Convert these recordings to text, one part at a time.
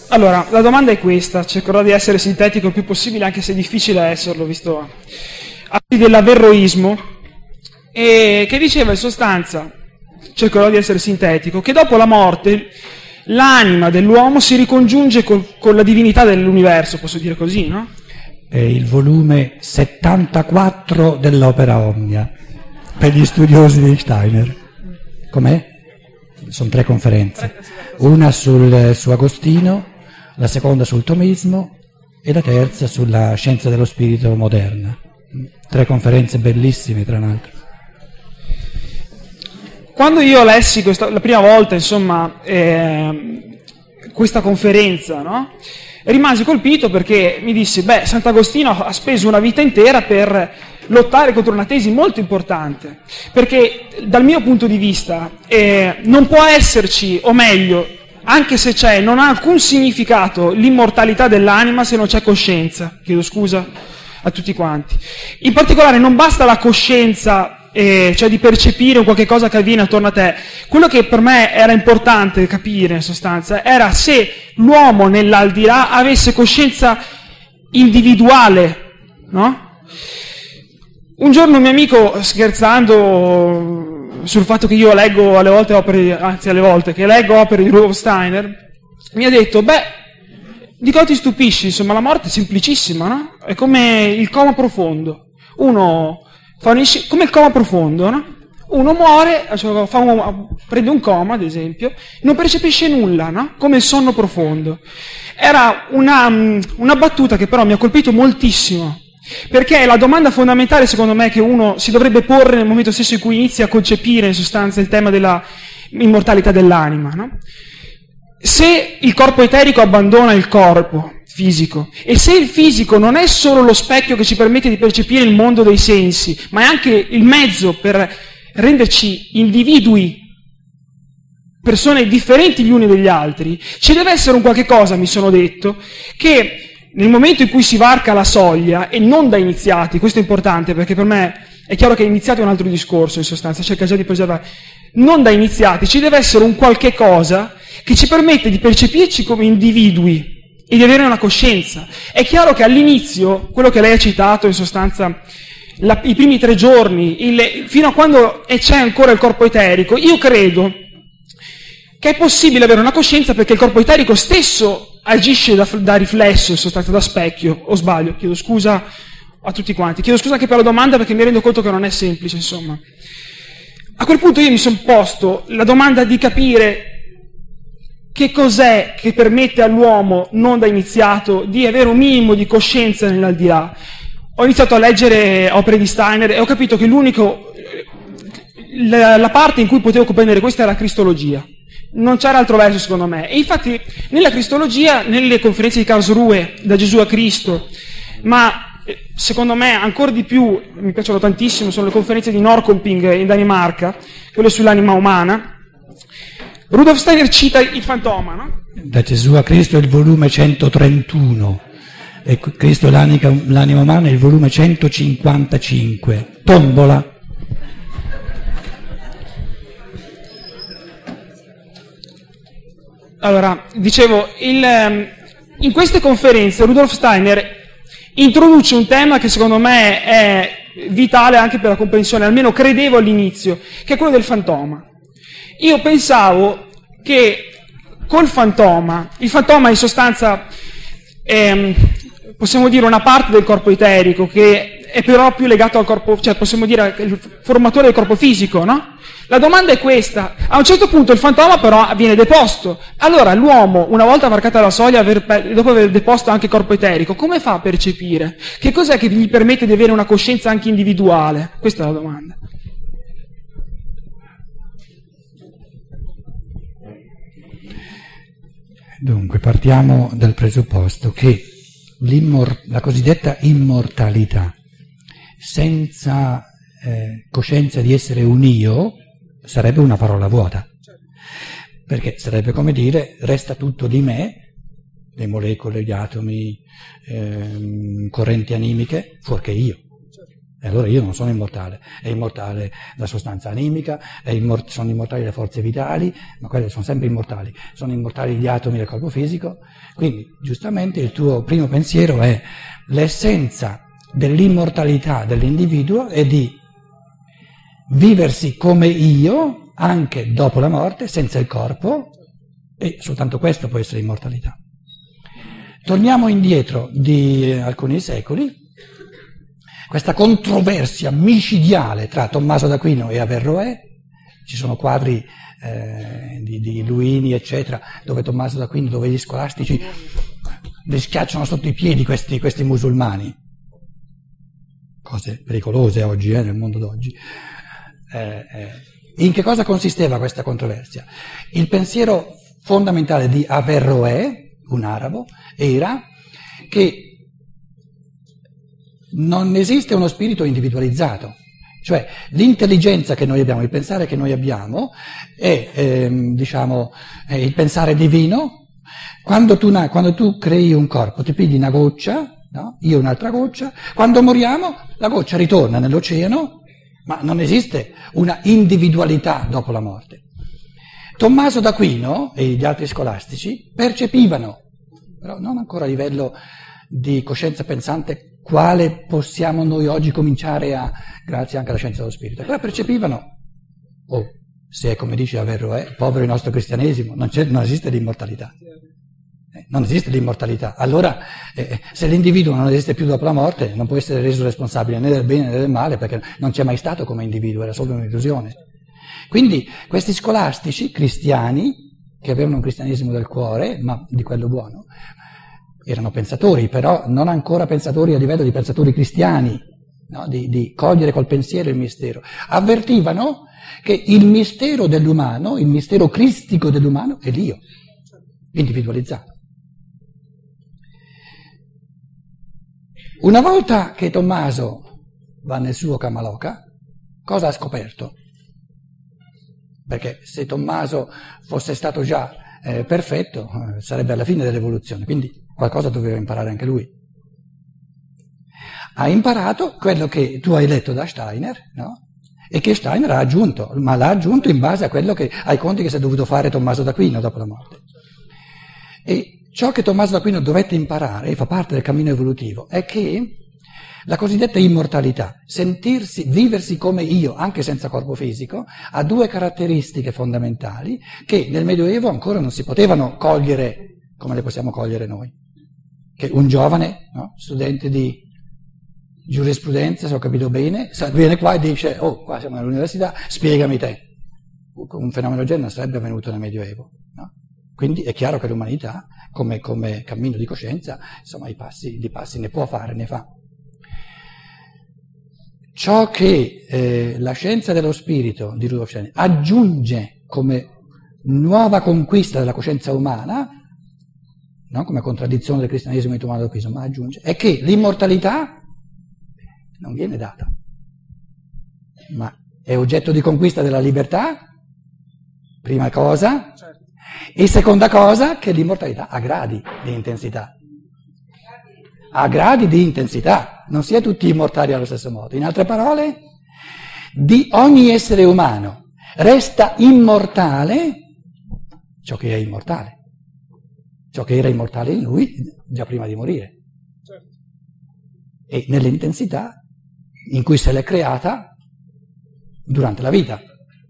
Allora, la domanda è questa, cercherò di essere sintetico il più possibile, anche se è difficile esserlo, visto dell'averroismo, e che diceva in sostanza, cercherò di essere sintetico, che dopo la morte l'anima dell'uomo si ricongiunge con la divinità dell'universo, posso dire così, no? È il volume 74 dell'opera Omnia, per gli studiosi di Steiner. Com'è? Sono 3 conferenze, una su Agostino, la seconda sul tomismo e la terza sulla scienza dello spirito moderna. 3 conferenze bellissime, tra l'altro. Quando io lessi la prima volta, insomma, questa conferenza, no? Rimasi colpito perché mi dissi, Sant'Agostino ha speso una vita intera per lottare contro una tesi molto importante, perché dal mio punto di vista non può esserci, o meglio, anche se c'è, non ha alcun significato l'immortalità dell'anima se non c'è coscienza. Chiedo scusa a tutti quanti. In particolare non basta la coscienza, cioè di percepire un qualche cosa che avviene attorno a te. Quello che per me era importante capire, in sostanza, era se l'uomo nell'aldilà avesse coscienza individuale, no? Un giorno un mio amico, scherzando sul fatto che io leggo alle volte che leggo opere di Rudolf Steiner, mi ha detto, di cosa ti stupisci? Insomma, la morte è semplicissima, no? È come il coma profondo. Come il coma profondo, no? Uno muore, prende un coma, ad esempio, non percepisce nulla, no? Come il sonno profondo. Era una battuta che però mi ha colpito moltissimo, perché è la domanda fondamentale, secondo me, che uno si dovrebbe porre nel momento stesso in cui inizia a concepire, in sostanza, il tema della immortalità dell'anima, no? Se il corpo eterico abbandona il corpo fisico, e se il fisico non è solo lo specchio che ci permette di percepire il mondo dei sensi, ma è anche il mezzo per renderci individui, persone differenti gli uni dagli altri, ci deve essere un qualche cosa, mi sono detto, che nel momento in cui si varca la soglia, e non da iniziati, questo è importante perché per me è chiaro che iniziati è un altro discorso, in sostanza, cerca già di preservare, non da iniziati, ci deve essere un qualche cosa che ci permette di percepirci come individui e di avere una coscienza. È chiaro che all'inizio, quello che lei ha citato, in sostanza, i primi 3 giorni, fino a quando c'è ancora il corpo eterico, io credo che è possibile avere una coscienza perché il corpo eterico stesso agisce da riflesso, in sostanza, da specchio, o sbaglio? Chiedo scusa a tutti quanti, chiedo scusa anche per la domanda perché mi rendo conto che non è semplice, insomma. A quel punto io mi sono posto la domanda di capire che cos'è che permette all'uomo, non da iniziato, di avere un minimo di coscienza nell'aldilà. Ho iniziato a leggere opere di Steiner e ho capito che la parte in cui potevo comprendere questa era la cristologia. Non c'era altro verso, secondo me. E infatti, nella cristologia, nelle conferenze di Karlsruhe, da Gesù a Cristo, ma secondo me ancora di più, mi piacciono tantissimo, sono le conferenze di Norrköping in Danimarca, quelle sull'anima umana. Rudolf Steiner cita il fantoma, no? Da Gesù a Cristo è il volume 131 e Cristo l'anima umana è il volume 155. Tombola. Allora, dicevo, in queste conferenze Rudolf Steiner introduce un tema che secondo me è vitale anche per la comprensione, almeno credevo all'inizio, che è quello del fantoma. Io pensavo che col fantoma, il fantoma in sostanza possiamo dire una parte del corpo eterico che è però più legato al corpo, cioè possiamo dire il formatore del corpo fisico, no? La domanda è questa: a un certo punto il fantoma però viene deposto, allora l'uomo, una volta varcata la soglia, dopo aver deposto anche il corpo eterico, come fa a percepire? Che cos'è che gli permette di avere una coscienza anche individuale? Questa è la domanda. Dunque, partiamo dal presupposto che la cosiddetta immortalità, senza coscienza di essere un io, sarebbe una parola vuota, perché sarebbe come dire resta tutto di me, le molecole, gli atomi, correnti animiche, fuorché io. E allora io non sono immortale, è immortale la sostanza animica, sono immortali le forze vitali, ma quelle sono sempre immortali, sono immortali gli atomi del corpo fisico, quindi giustamente il tuo primo pensiero è l'essenza dell'immortalità dell'individuo è di viversi come io, anche dopo la morte, senza il corpo, e soltanto questo può essere immortalità. Torniamo indietro di alcuni secoli. Questa controversia micidiale tra Tommaso d'Aquino e Averroè, ci sono quadri di Luini, eccetera, dove Tommaso d'Aquino, dove gli scolastici li schiacciano sotto i piedi questi musulmani. Cose pericolose oggi, nel mondo d'oggi. In che cosa consisteva questa controversia? Il pensiero fondamentale di Averroè, un arabo, era che non esiste uno spirito individualizzato, cioè l'intelligenza che noi abbiamo, il pensare che noi abbiamo è il pensare divino. Quando tu crei un corpo, ti pigli una goccia, no? Io un'altra goccia, quando moriamo la goccia ritorna nell'oceano, ma non esiste una individualità dopo la morte. Tommaso d'Aquino e gli altri scolastici percepivano, però non ancora a livello di coscienza pensante, quale possiamo noi oggi cominciare grazie anche alla scienza dello spirito, però percepivano, se è come dice Averroè, povero il nostro cristianesimo, non esiste l'immortalità. Non esiste l'immortalità. Allora, se l'individuo non esiste più dopo la morte, non può essere reso responsabile né del bene né del male, perché non c'è mai stato come individuo, era solo un'illusione. Quindi questi scolastici cristiani, che avevano un cristianesimo del cuore, ma di quello buono, erano pensatori, però non ancora pensatori a livello di pensatori cristiani, no? Di cogliere col pensiero il mistero. Avvertivano che il mistero dell'umano, il mistero cristico dell'umano è l'io, individualizzato. Una volta che Tommaso va nel suo Kamaloka, cosa ha scoperto? Perché se Tommaso fosse stato già perfetto, sarebbe alla fine dell'evoluzione, quindi qualcosa doveva imparare anche lui. Ha imparato quello che tu hai letto da Steiner, no? E che Steiner ha aggiunto, ma l'ha aggiunto in base a ai conti che si è dovuto fare Tommaso d'Aquino dopo la morte. E ciò che Tommaso d'Aquino dovette imparare, e fa parte del cammino evolutivo, è che la cosiddetta immortalità, viversi come io, anche senza corpo fisico, ha due caratteristiche fondamentali che nel Medioevo ancora non si potevano cogliere come le possiamo cogliere noi. Che un giovane, no, studente di giurisprudenza, se ho capito bene, viene qua e dice, qua siamo all'università, spiegami te. Un fenomeno del genere non sarebbe avvenuto nel Medioevo, no? Quindi è chiaro che l'umanità, come cammino di coscienza, insomma, di passi ne può fare, ne fa. Ciò che la scienza dello spirito di Rudolf Steiner aggiunge come nuova conquista della coscienza umana, no? Come contraddizione del cristianesimo di Tommaso d'Aquino, ma aggiunge, è che l'immortalità non viene data, ma è oggetto di conquista della libertà, prima cosa, e seconda cosa, che l'immortalità ha gradi di intensità. Ha gradi di intensità, non si è tutti immortali allo stesso modo. In altre parole, di ogni essere umano resta immortale ciò che è immortale, ciò che era immortale in lui già prima di morire. E nell'intensità in cui se l'è creata durante la vita.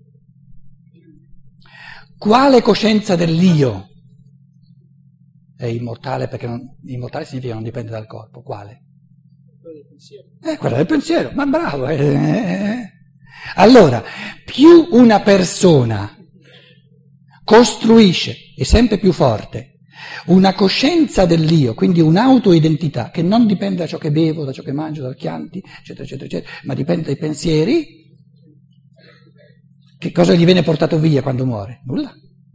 Quale coscienza dell'io è immortale? Perché immortale significa non dipende dal corpo. Quale? Quella del pensiero, ma bravo. Allora, più una persona costruisce, e sempre più forte, una coscienza dell'io, quindi un'autoidentità che non dipende da ciò che bevo, da ciò che mangio, dal Chianti, eccetera, eccetera, eccetera, ma dipende dai pensieri. Che cosa gli viene portato via quando muore? Nulla.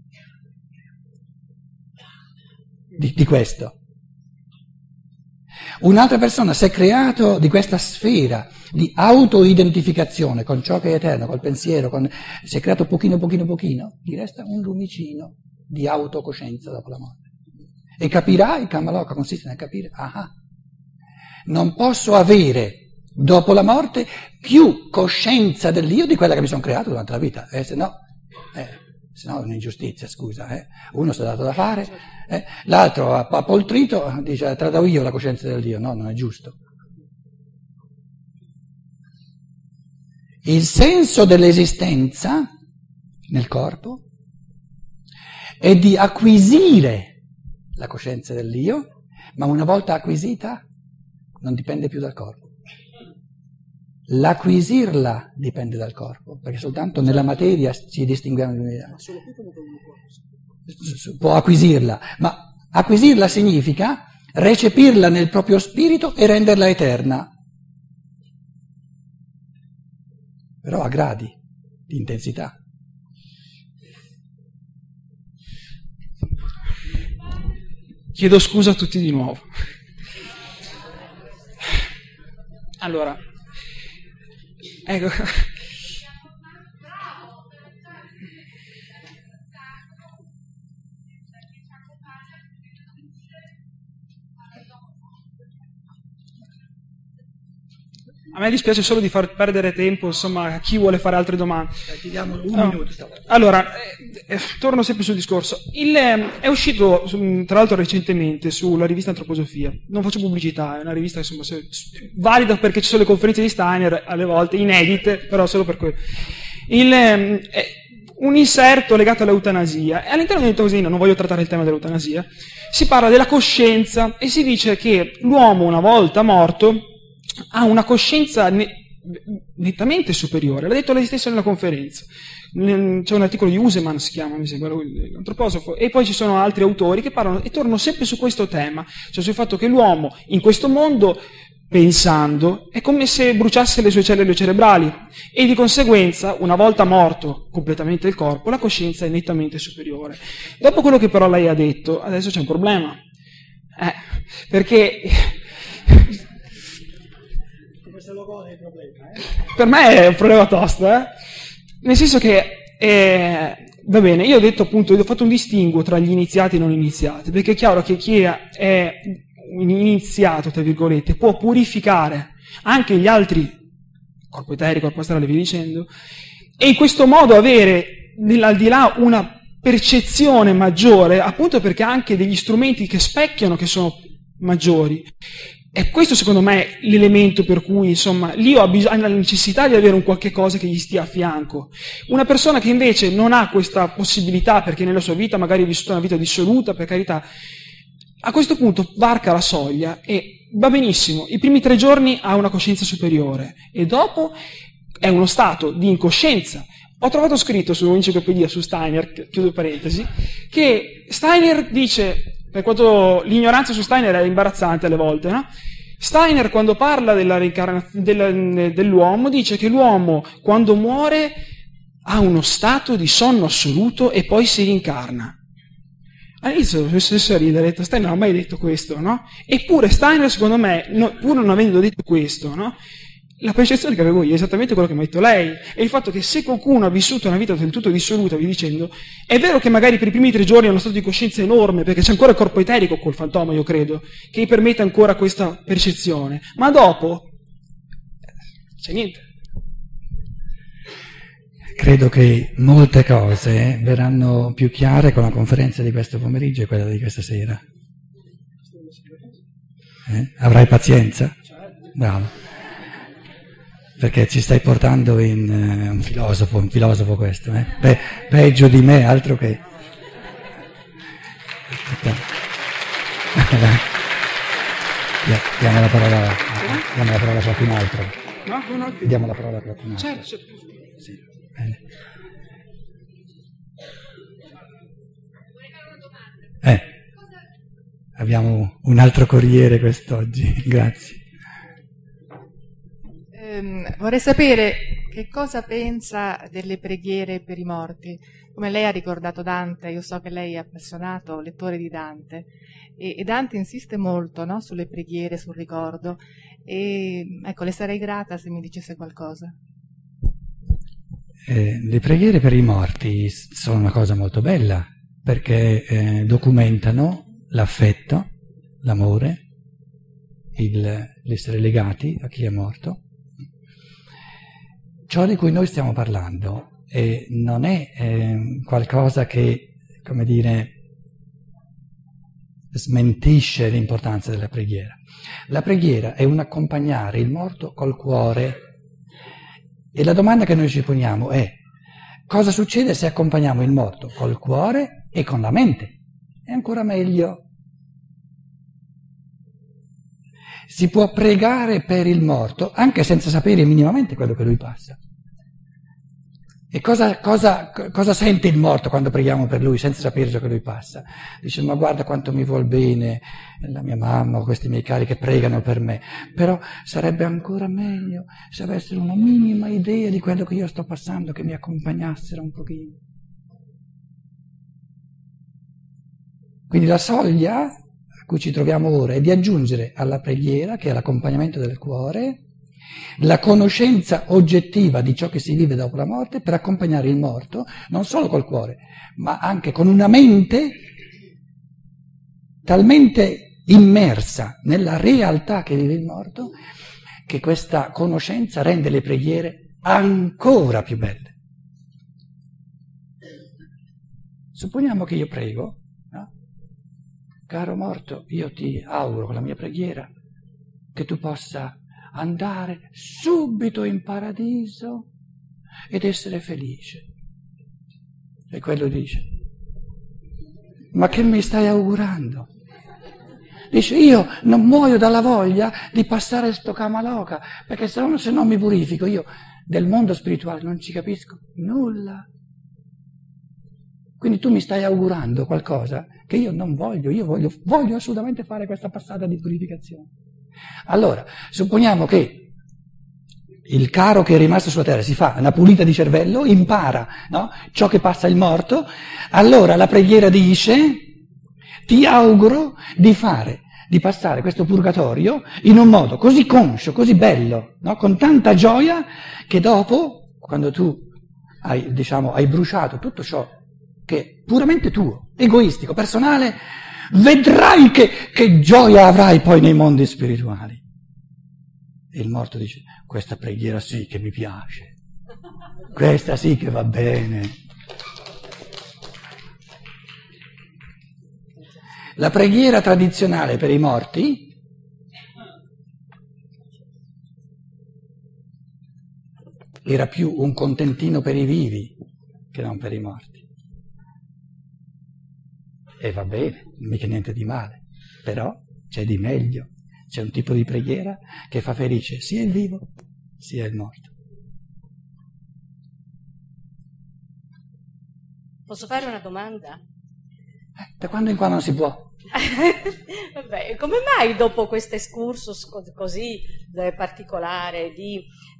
Di questo. Un'altra persona si è creato di questa sfera di autoidentificazione con ciò che è eterno, col pensiero, si è creato pochino, gli resta un lumicino di autocoscienza dopo la morte. E capirà, il Kamaloka consiste nel capire, non posso avere dopo la morte, più coscienza dell'io di quella che mi sono creato durante la vita, se no è un'ingiustizia, scusa, uno si è dato da fare, l'altro ha poltrito, dice te la do io la coscienza dell'io, no, non è giusto. Il senso dell'esistenza nel corpo è di acquisire la coscienza dell'io, ma una volta acquisita non dipende più dal corpo. L'acquisirla dipende dal corpo, perché soltanto nella materia ci distinguiamo di un'idea. Ma solo qui come può acquisirla, ma acquisirla significa recepirla nel proprio spirito e renderla eterna. Però a gradi di intensità. Chiedo scusa a tutti di nuovo. Allora, ecco. A me dispiace solo di far perdere tempo, insomma, a chi vuole fare altre domande. Ti diamo un minuto. Allora, torno sempre sul discorso. È uscito, tra l'altro recentemente, sulla rivista Antroposofia. Non faccio pubblicità, è una rivista che insomma, valida perché ci sono le conferenze di Steiner, alle volte inedite, però solo per quello. Un inserto legato all'eutanasia. E all'interno dell'eutanasia, non voglio trattare il tema dell'eutanasia, si parla della coscienza e si dice che l'uomo, una volta morto, ha una coscienza nettamente superiore. L'ha detto lei stesso nella conferenza. C'è un articolo di Useman, si chiama, mi sembra, l'antroposofo, e poi ci sono altri autori che parlano e tornano sempre su questo tema, cioè sul fatto che l'uomo in questo mondo, pensando, è come se bruciasse le sue cellule cerebrali e di conseguenza, una volta morto completamente il corpo, la coscienza è nettamente superiore. Dopo quello che però lei ha detto, adesso c'è un problema. Perché per me è un problema tosto, nel senso che va bene, io ho detto appunto, ho fatto un distinguo tra gli iniziati e non iniziati, perché è chiaro che chi è iniziato, tra virgolette, può purificare anche gli altri, corpo eterico, corpo astrale, via dicendo, e in questo modo avere nell'aldilà una percezione maggiore, appunto perché ha anche degli strumenti che specchiano che sono maggiori. E questo secondo me è l'elemento per cui, insomma, l'io ha la necessità di avere un qualche cosa che gli stia a fianco. Una persona che invece non ha questa possibilità, perché nella sua vita magari ha vissuto una vita dissoluta, per carità, a questo punto varca la soglia e va benissimo. I primi 3 giorni ha una coscienza superiore e dopo è uno stato di incoscienza. Ho trovato scritto sull'enciclopedia, su Steiner, chiudo parentesi, che Steiner dice... Per quanto l'ignoranza su Steiner è imbarazzante alle volte, no? Steiner, quando parla della reincarnazione dell'uomo, dice che l'uomo, quando muore, ha uno stato di sonno assoluto e poi si rincarna. All'inizio ho stesso a ridere, ho detto, Steiner non ha mai detto questo, no? Eppure Steiner, secondo me, pur non avendo detto questo, no? La percezione che avevo io è esattamente quello che mi ha detto lei, è il fatto che se qualcuno ha vissuto una vita del tutto dissoluta, vi dicendo, è vero che magari per i primi 3 giorni ha uno stato di coscienza enorme, perché c'è ancora il corpo eterico col fantoma, io credo, che gli permette ancora questa percezione, ma dopo c'è niente. Credo che molte cose verranno più chiare con la conferenza di questo pomeriggio e quella di questa sera. Avrai pazienza? Bravo. Perché ci stai portando in un filosofo questo, peggio di me, altro che... Diamo la parola a qualcun altro. No? Diamo la parola a qualcun altro. Certo. Sì, bene. Abbiamo un altro corriere quest'oggi, grazie. Vorrei sapere che cosa pensa delle preghiere per i morti. Come lei ha ricordato Dante, io so che lei è appassionato lettore di Dante e Dante insiste molto, no, sulle preghiere, sul ricordo e ecco, le sarei grata se mi dicesse qualcosa. Le preghiere per i morti sono una cosa molto bella perché documentano l'affetto, l'amore, l'essere legati a chi è morto. ciò di cui noi stiamo parlando non è qualcosa che, come dire, smentisce l'importanza della preghiera. La preghiera è un accompagnare il morto col cuore, e la domanda che noi ci poniamo è: cosa succede se accompagniamo il morto col cuore e con la mente? È ancora meglio. Si può pregare per il morto anche senza sapere minimamente quello che lui passa. E cosa sente il morto quando preghiamo per lui senza sapere ciò che lui passa? Dice: ma guarda quanto mi vuol bene la mia mamma o questi miei cari che pregano per me, però sarebbe ancora meglio se avessero una minima idea di quello che io sto passando, che mi accompagnassero un pochino. Quindi la soglia a cui ci troviamo ora è di aggiungere alla preghiera, che è l'accompagnamento del cuore, la conoscenza oggettiva di ciò che si vive dopo la morte, per accompagnare il morto non solo col cuore, ma anche con una mente talmente immersa nella realtà che vive il morto, che questa conoscenza rende le preghiere ancora più belle. Supponiamo che io prego, no? Caro morto, io ti auguro con la mia preghiera che tu possa andare subito in paradiso ed essere felice. E quello dice: ma che mi stai augurando? Dice: io non muoio dalla voglia di passare sto Kamaloka, perché se no mi purifico. Io del mondo spirituale non ci capisco nulla. Quindi tu mi stai augurando qualcosa che io non voglio. Io voglio assolutamente fare questa passata di purificazione. Allora, supponiamo che il caro che è rimasto sulla terra si fa una pulita di cervello, impara, no? Ciò che passa il morto, allora la preghiera dice: ti auguro di passare questo purgatorio in un modo così conscio, così bello, no? Con tanta gioia, che dopo, quando tu hai bruciato tutto ciò che è puramente tuo, egoistico, personale, vedrai che gioia avrai poi nei mondi spirituali. E il morto dice: questa preghiera sì che mi piace, questa sì che va bene. La preghiera tradizionale per i morti era più un contentino per i vivi che non per i morti. E va bene, mica niente di male, però c'è di meglio, c'è un tipo di preghiera che fa felice sia il vivo sia il morto. Posso fare una domanda? Da quando in qua non si può? Vabbè, come mai dopo questo excursus così particolare di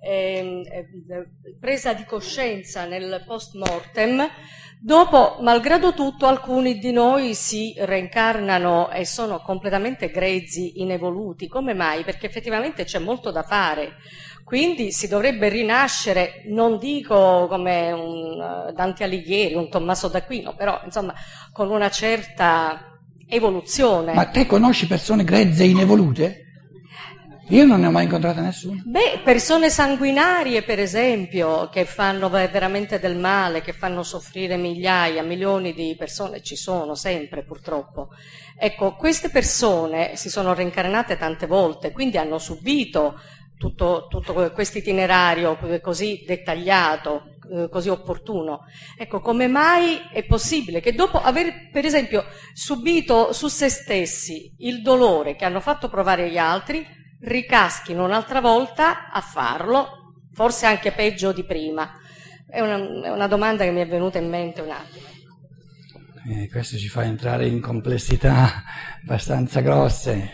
presa di coscienza nel post mortem, dopo, malgrado tutto, alcuni di noi si reincarnano e sono completamente grezzi, inevoluti? Come mai? Perché effettivamente c'è molto da fare. Quindi si dovrebbe rinascere, non dico come un Dante Alighieri, un Tommaso d'Aquino, però insomma con una certa evoluzione. Ma te conosci persone grezze e inevolute? Io non ne ho mai incontrata nessuno. Beh, persone sanguinarie per esempio, che fanno veramente del male, che fanno soffrire migliaia, milioni di persone, ci sono sempre purtroppo. Ecco, queste persone si sono reincarnate tante volte, quindi hanno subito tutto questo itinerario così dettagliato, così opportuno. Ecco, come mai è possibile che dopo aver, per esempio, subito su se stessi il dolore che hanno fatto provare gli altri, ricaschino un'altra volta a farlo, forse anche peggio di prima? È una domanda che mi è venuta in mente un attimo. Questo ci fa entrare in complessità abbastanza grosse.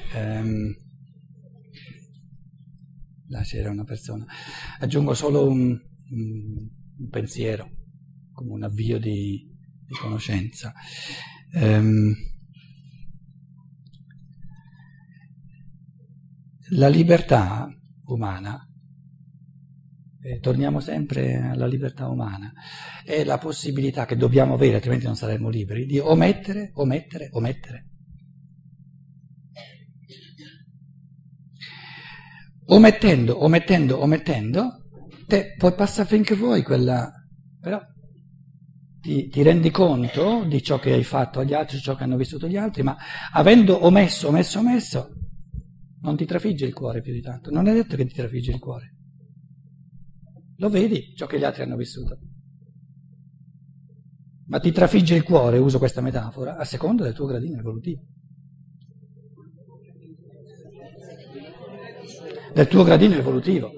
Là c'era una persona. Aggiungo solo un pensiero, come un avvio di conoscenza. La libertà umana, torniamo sempre alla libertà umana, è la possibilità che dobbiamo avere, altrimenti non saremmo liberi, di omettere. Omettendo, te puoi passare finché vuoi quella, però ti rendi conto di ciò che hai fatto agli altri, di ciò che hanno vissuto gli altri, ma avendo omesso, non ti trafigge il cuore più di tanto. Non è detto che ti trafigge il cuore. Lo vedi ciò che gli altri hanno vissuto. Ma ti trafigge il cuore, uso questa metafora, a seconda del tuo gradino evolutivo. Del tuo gradino evolutivo.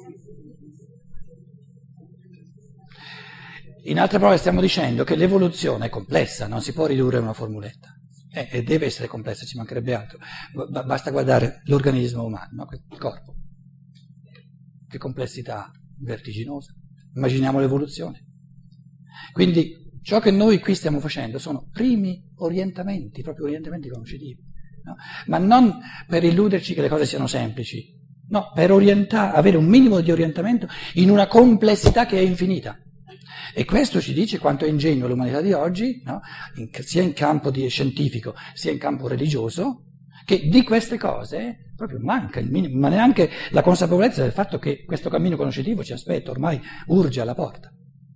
In altre parole stiamo dicendo che l'evoluzione è complessa, non si può ridurre a una formuletta. E deve essere complessa, ci mancherebbe altro. Basta guardare l'organismo umano, no? Il corpo. Che complessità vertiginosa. Immaginiamo l'evoluzione. Quindi ciò che noi qui stiamo facendo sono primi orientamenti, proprio orientamenti conoscitivi. No? Ma non per illuderci che le cose siano semplici, no, per avere un minimo di orientamento in una complessità che è infinita. E questo ci dice quanto è ingenua l'umanità di oggi, no? Sia in campo scientifico sia in campo religioso, che di queste cose proprio manca il minimo, ma neanche la consapevolezza del fatto che questo cammino conoscitivo ci aspetta, ormai urge alla porta.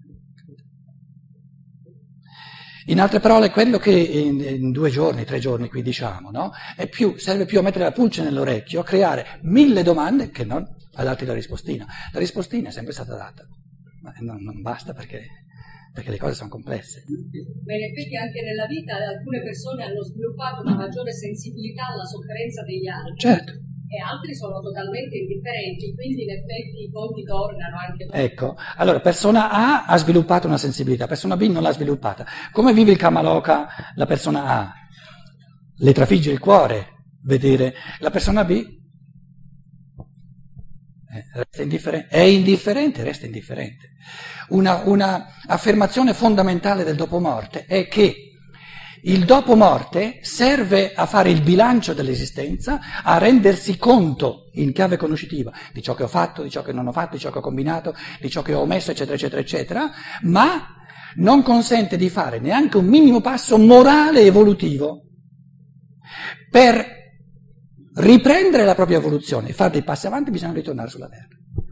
In altre parole, quello che in 2 giorni, 3 giorni qui diciamo, no? Serve più a mettere la pulce nell'orecchio, a creare 1000 domande che non a darti la rispostina. La rispostina è sempre stata data. Ma non basta perché le cose sono complesse. Ma in effetti anche nella vita alcune persone hanno sviluppato una maggiore sensibilità alla sofferenza degli altri. Certo. E altri sono totalmente indifferenti, quindi in effetti i conti tornano anche dopo. Ecco, allora persona A ha sviluppato una sensibilità, persona B non l'ha sviluppata. Come vive il Kamaloka la persona A? Le trafigge il cuore vedere la persona B. Resta indifferente, è indifferente, resta indifferente. Una affermazione fondamentale del dopomorte è che il dopomorte serve a fare il bilancio dell'esistenza, a rendersi conto in chiave conoscitiva di ciò che ho fatto, di ciò che non ho fatto, di ciò che ho combinato, di ciò che ho omesso, eccetera, eccetera, eccetera, ma non consente di fare neanche un minimo passo morale evolutivo per riprendere la propria evoluzione e fare dei passi avanti. Bisogna ritornare sulla terra.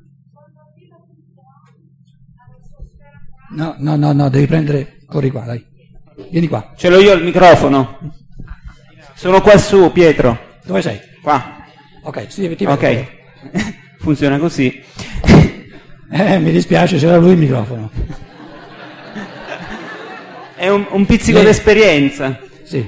No, devi prendere, corri qua, dai, vieni qua. Ce l'ho io il microfono, sono qua su, Pietro. Dove sei? Qua. Ok, ti vedo. Ok, funziona così. Mi dispiace, c'era lui il microfono. È un pizzico d'esperienza. Sì.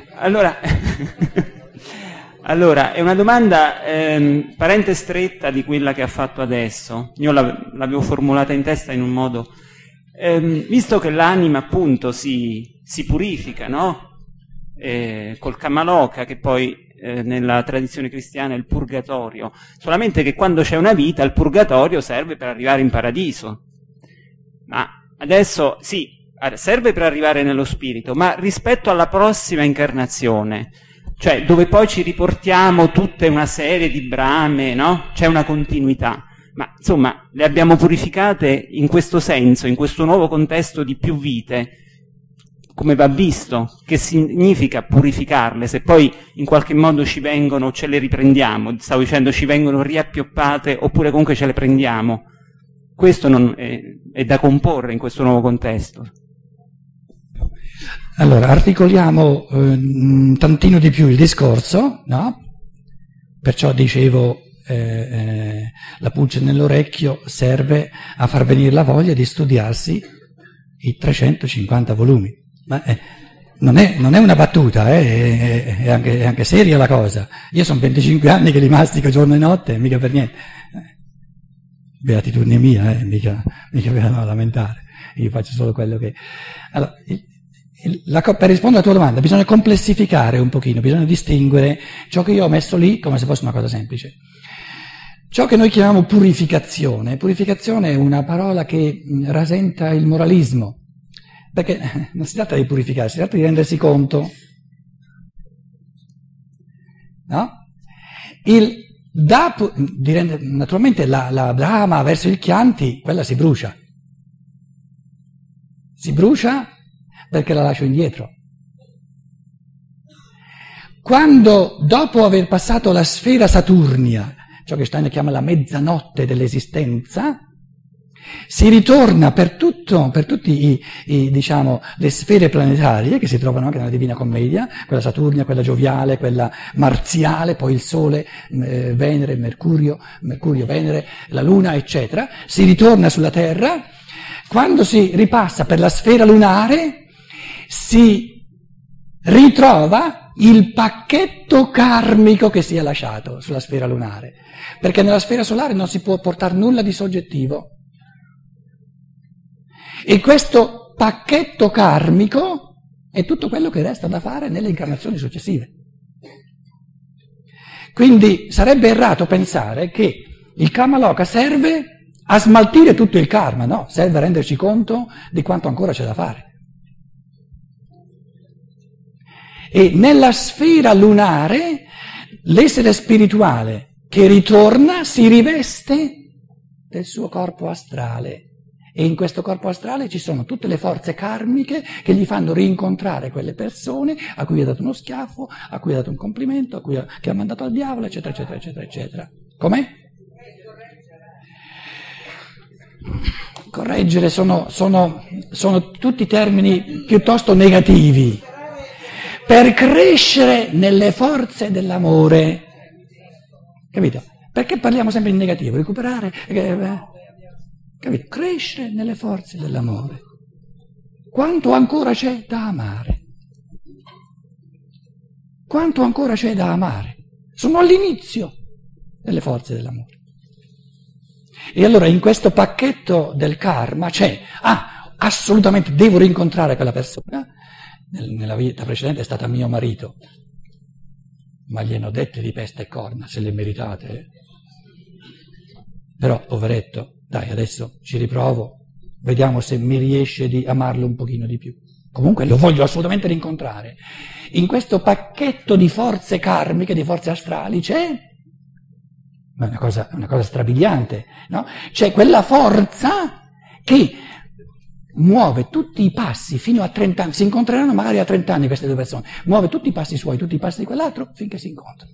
Allora, è una domanda parente stretta di quella che ha fatto adesso. Io l'avevo formulata in testa in un modo, visto che l'anima appunto si purifica, no? Col Kamaloka, che poi nella tradizione cristiana è il purgatorio, solamente che quando c'è una vita il purgatorio serve per arrivare in paradiso. Ma adesso sì, serve per arrivare nello spirito, ma rispetto alla prossima incarnazione, cioè dove poi ci riportiamo tutta una serie di brame, no? C'è una continuità, ma insomma le abbiamo purificate in questo senso, in questo nuovo contesto di più vite. Come va visto? Che significa purificarle? Se poi in qualche modo ci vengono, ce le riprendiamo, stavo dicendo ci vengono riappioppate oppure comunque ce le prendiamo. Questo non è da comporre in questo nuovo contesto. Allora, articoliamo un tantino di più il discorso, no? Perciò dicevo, la pulce nell'orecchio serve a far venire la voglia di studiarsi i 350 volumi. Ma non è una battuta, è anche seria la cosa. Io sono 25 anni che li mastico giorno e notte, mica per niente. Beatitudine mia, mica per lamentare. Io faccio solo quello che... Allora, per rispondere alla tua domanda bisogna complessificare un pochino, bisogna distinguere ciò che io ho messo lì come se fosse una cosa semplice. Ciò che noi chiamiamo purificazione è una parola che rasenta il moralismo, perché non si tratta di purificare, si tratta di rendersi conto, no? Naturalmente la brama verso il Chianti, quella si brucia perché la lascio indietro. Quando, dopo aver passato la sfera saturnia, ciò che Steiner chiama la mezzanotte dell'esistenza, si ritorna per tutti diciamo, le sfere planetarie che si trovano anche nella Divina Commedia, quella Saturnia, quella gioviale, quella marziale, poi il Sole, Venere, Mercurio, Venere, la Luna, eccetera. Si ritorna sulla Terra. Quando si ripassa per la sfera lunare, si ritrova il pacchetto karmico che si è lasciato sulla sfera lunare, perché nella sfera solare non si può portare nulla di soggettivo. E questo pacchetto karmico è tutto quello che resta da fare nelle incarnazioni successive. Quindi sarebbe errato pensare che il Kamaloka serve a smaltire tutto il karma, no, serve a renderci conto di quanto ancora c'è da fare. E nella sfera lunare l'essere spirituale che ritorna si riveste del suo corpo astrale e in questo corpo astrale ci sono tutte le forze karmiche che gli fanno rincontrare quelle persone a cui ha dato uno schiaffo, a cui ha dato un complimento, che ha mandato al diavolo, eccetera, eccetera, eccetera, eccetera. Com'è? Correggere sono tutti termini piuttosto negativi. Per crescere nelle forze dell'amore, capito? Perché parliamo sempre in negativo? Recuperare, capito? Crescere nelle forze dell'amore. Quanto ancora c'è da amare? Quanto ancora c'è da amare? Sono all'inizio delle forze dell'amore. E allora in questo pacchetto del karma c'è, assolutamente devo rincontrare quella persona, nella vita precedente è stata mio marito, ma gliene ho dette di peste e corna, se le meritate. Però, poveretto, dai, adesso ci riprovo, vediamo se mi riesce di amarlo un pochino di più. Comunque lo voglio assolutamente rincontrare. In questo pacchetto di forze karmiche, di forze astrali c'è ma è una cosa strabiliante, no? C'è quella forza che muove tutti i passi fino a 30 anni, si incontreranno magari a 30 anni queste due persone, muove tutti i passi suoi, tutti i passi di quell'altro finché si incontrano.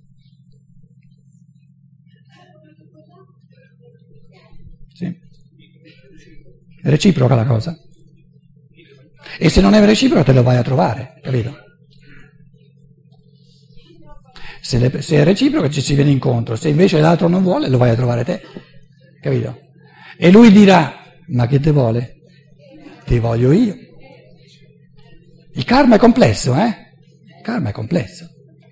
Sì. È reciproca la cosa. E se non è reciproca te lo vai a trovare, capito? Se è reciproca ci si viene incontro, se invece l'altro non vuole lo vai a trovare te, capito? E lui dirà, ma che te vuole? Ti voglio io. Il karma è complesso, Il karma è complesso.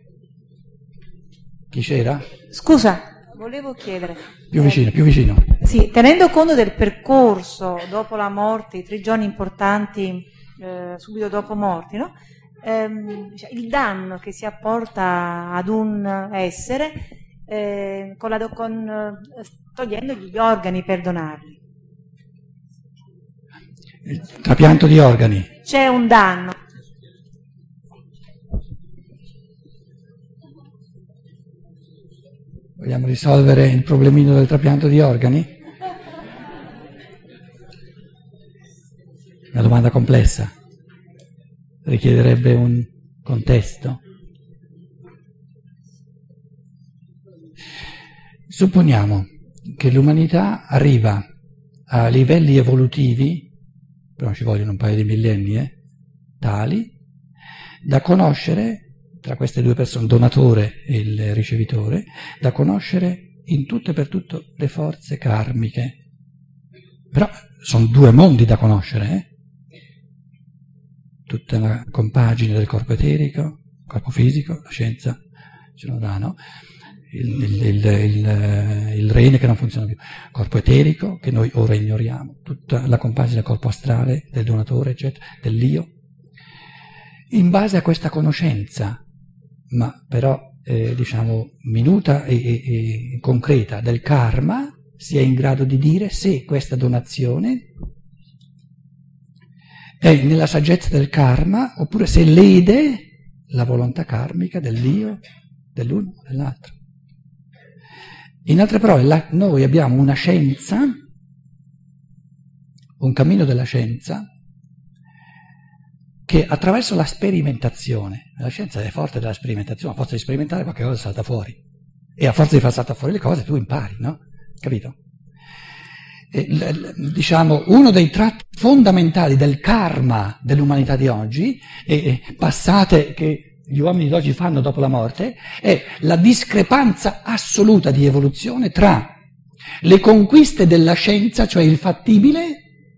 Chi c'era? Scusa, volevo chiedere. Più vicino, più vicino. Sì, tenendo conto del percorso dopo la morte, i 3 giorni importanti subito dopo morti, no? Il danno che si apporta ad un essere togliendogli gli organi per donarli. Il trapianto di organi. C'è un danno. Vogliamo risolvere il problemino del trapianto di organi? Una domanda complessa. Richiederebbe un contesto. Supponiamo che l'umanità arriva a livelli evolutivi, però ci vogliono un paio di millenni, tali da conoscere, tra queste due persone, il donatore e il ricevitore, da conoscere in tutto e per tutto le forze karmiche. Però sono 2 mondi da conoscere, Tutta la compagine del corpo eterico, corpo fisico, la scienza ce lo dà, no? Il rene che non funziona più, corpo eterico che noi ora ignoriamo, tutta la compagine del corpo astrale, del donatore, eccetera, dell'io. In base a questa conoscenza, ma però minuta e concreta del karma, si è in grado di dire se questa donazione è nella saggezza del karma oppure se lede la volontà karmica dell'io, dell'uno, dell'altro. In altre parole, noi abbiamo una scienza, un cammino della scienza, che attraverso la sperimentazione, la scienza è forte della sperimentazione, a forza di sperimentare qualche cosa salta fuori, e a forza di far saltare fuori le cose tu impari, no? Capito? diciamo, uno dei tratti fondamentali del karma dell'umanità di oggi, e passate che gli uomini di oggi fanno dopo la morte, è la discrepanza assoluta di evoluzione tra le conquiste della scienza, cioè il fattibile,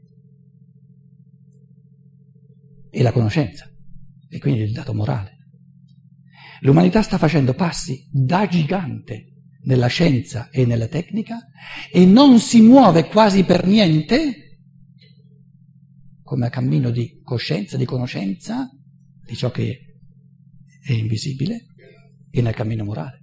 e la conoscenza, e quindi il dato morale. L'umanità sta facendo passi da gigante nella scienza e nella tecnica e non si muove quasi per niente come a cammino di coscienza, di conoscenza di ciò che è invisibile e nel cammino morale.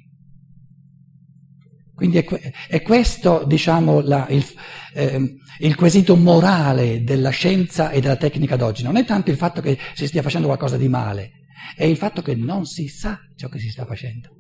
Quindi è questo, diciamo, il quesito morale della scienza e della tecnica d'oggi. Non è tanto il fatto che si stia facendo qualcosa di male, è il fatto che non si sa ciò che si sta facendo.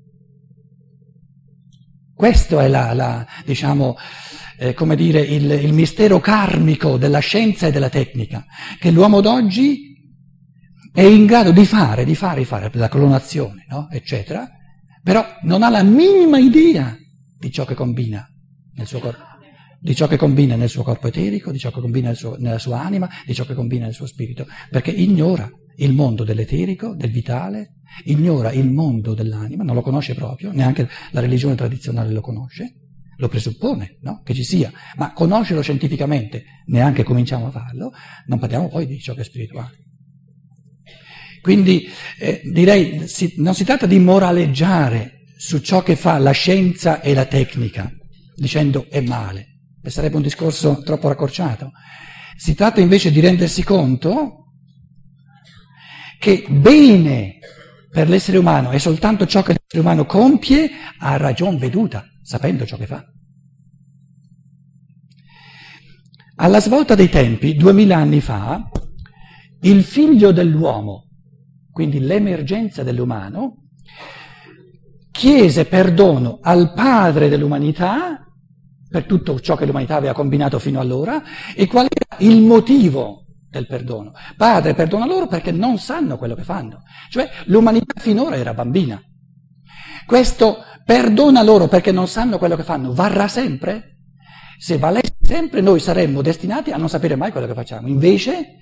Questo è diciamo, come dire, il mistero karmico della scienza e della tecnica, che l'uomo d'oggi è in grado di fare la clonazione, no? Eccetera, però non ha la minima idea di ciò che combina nel suo corpo, di ciò che combina nel suo corpo eterico, di ciò che combina nella sua anima, di ciò che combina nel suo spirito, perché ignora il mondo dell'eterico, del vitale, ignora il mondo dell'anima, non lo conosce proprio, neanche la religione tradizionale lo conosce, lo presuppone, no? Che ci sia, ma conoscerlo scientificamente, neanche cominciamo a farlo, non parliamo poi di ciò che è spirituale. Quindi direi, non si tratta di moraleggiare su ciò che fa la scienza e la tecnica, dicendo è male, sarebbe un discorso troppo raccorciato. Si tratta invece di rendersi conto che bene per l'essere umano è soltanto ciò che l'essere umano compie a ragion veduta, sapendo ciò che fa. Alla svolta dei tempi, 2000 anni fa, il figlio dell'uomo, quindi l'emergenza dell'umano, chiese perdono al padre dell'umanità per tutto ciò che l'umanità aveva combinato fino allora e qual era il motivo del perdono. Padre, perdona loro perché non sanno quello che fanno. Cioè l'umanità finora era bambina. Questo perdona loro perché non sanno quello che fanno varrà sempre? Se valesse sempre noi saremmo destinati a non sapere mai quello che facciamo. Invece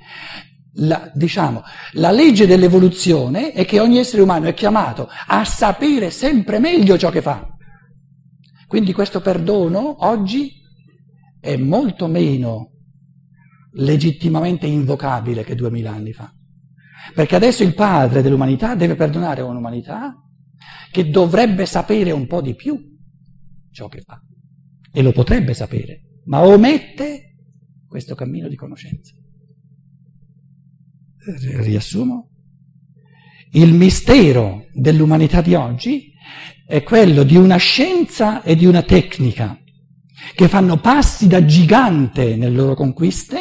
la legge dell'evoluzione è che ogni essere umano è chiamato a sapere sempre meglio ciò che fa. Quindi questo perdono oggi è molto meno legittimamente invocabile che 2000 anni fa. Perché adesso il padre dell'umanità deve perdonare un'umanità che dovrebbe sapere un po' di più ciò che fa. E lo potrebbe sapere, ma omette questo cammino di conoscenza. Riassumo, il mistero dell'umanità di oggi è quello di una scienza e di una tecnica che fanno passi da gigante nelle loro conquiste,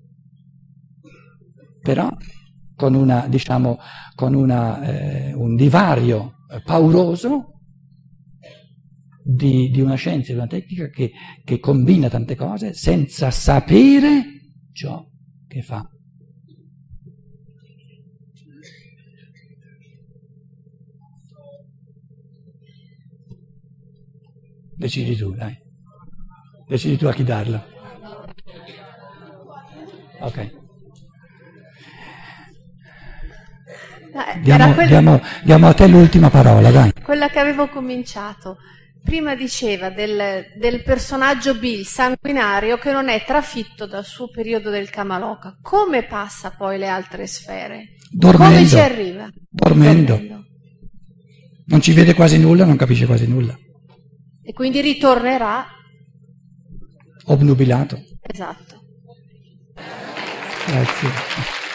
però con un divario pauroso di una scienza e di una tecnica che combina tante cose senza sapere ciò che fa. Decidi tu, dai. Decidi tu a chi darla. Ok. Diamo a te l'ultima parola, dai. Quella che avevo cominciato. Prima diceva del personaggio Bill, sanguinario, che non è trafitto dal suo periodo del Kamaloka. Come passa poi le altre sfere? Dormendo. Come ci arriva? Dormendo. Non ci vede quasi nulla, non capisce quasi nulla. E quindi ritornerà obnubilato. Esatto. Grazie.